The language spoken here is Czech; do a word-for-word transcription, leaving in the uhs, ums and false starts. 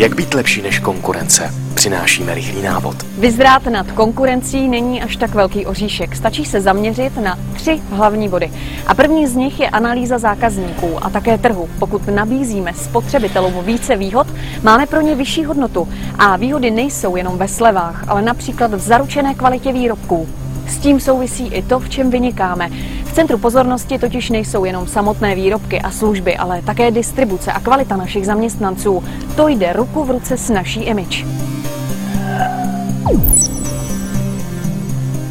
Jak být lepší než konkurence? Přinášíme rychlý návod. Vyzrát nad konkurencí není až tak velký oříšek. Stačí se zaměřit na tři hlavní body. A první z nich je analýza zákazníků a také trhu. Pokud nabízíme spotřebitelům více výhod, máme pro ně vyšší hodnotu. A výhody nejsou jenom ve slevách, ale například v zaručené kvalitě výrobků. S tím souvisí i to, v čem vynikáme. V centru pozornosti totiž nejsou jenom samotné výrobky a služby, ale také distribuce a kvalita našich zaměstnanců. To jde ruku v ruce s naší image.